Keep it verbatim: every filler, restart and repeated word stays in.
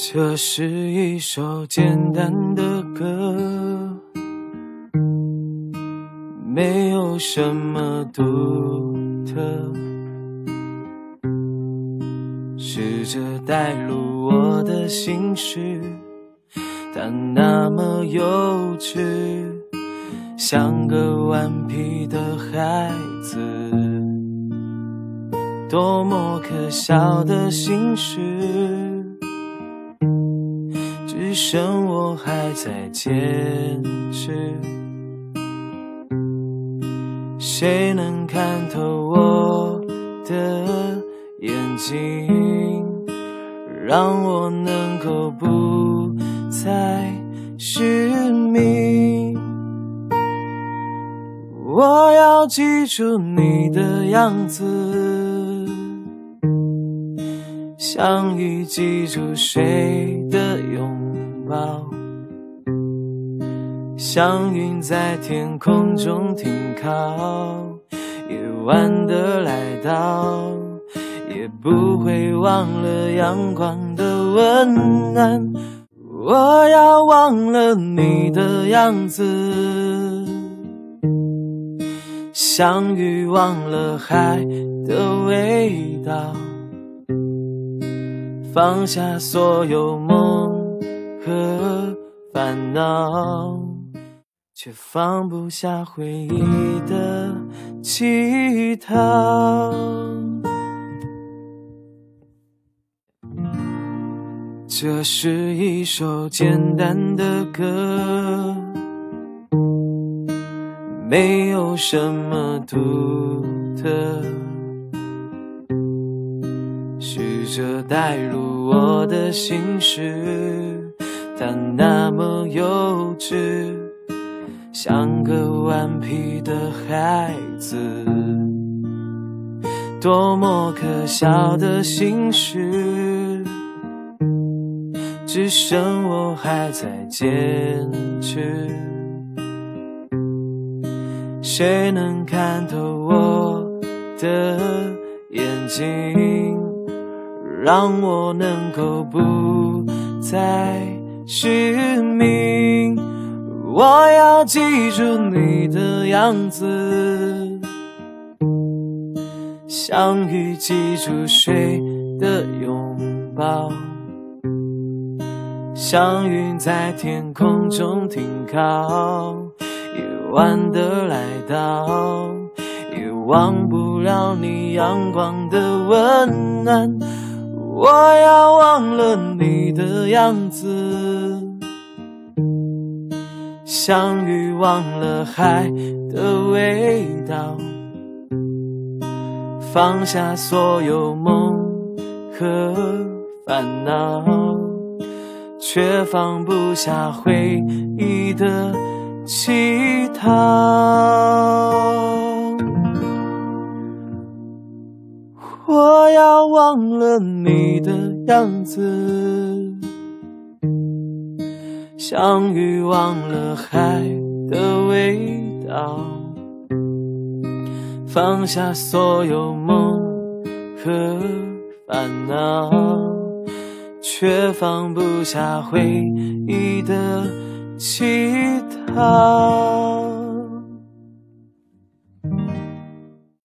这是一首简单的歌，没有什么独特，试着带入我的心事，但那么幼稚，像个顽皮的孩子，多么可笑的心事，只剩我还在坚持。谁能看透我的眼睛，让我能够不再失明？我要记住你的样子，像雨记住谁的拥抱，像云在天空中停靠，夜晚的来到，也不会忘了阳光的温暖。我要忘了你的样子，像鱼忘了海的味道，放下所有梦和烦恼，却放不下回忆的乞讨。这是一首简单的歌，没有什么独特，试着带入我的心事，但那么幼稚，像个顽皮的孩子，多么可笑的心事，只剩我还在坚持。谁能看透我的眼睛，让我能够不再失明？我要记住你的样子，像雨记住水的拥抱，像云在天空中停靠，夜晚的来到，也忘不了你阳光的温暖。我要忘了你的样子，像鱼忘了海的味道，放下所有梦和烦恼，却放不下回忆的乞讨。我要忘了你的样子，像鱼忘了海的味道，放下所有梦和烦恼，却放不下回忆的乞讨。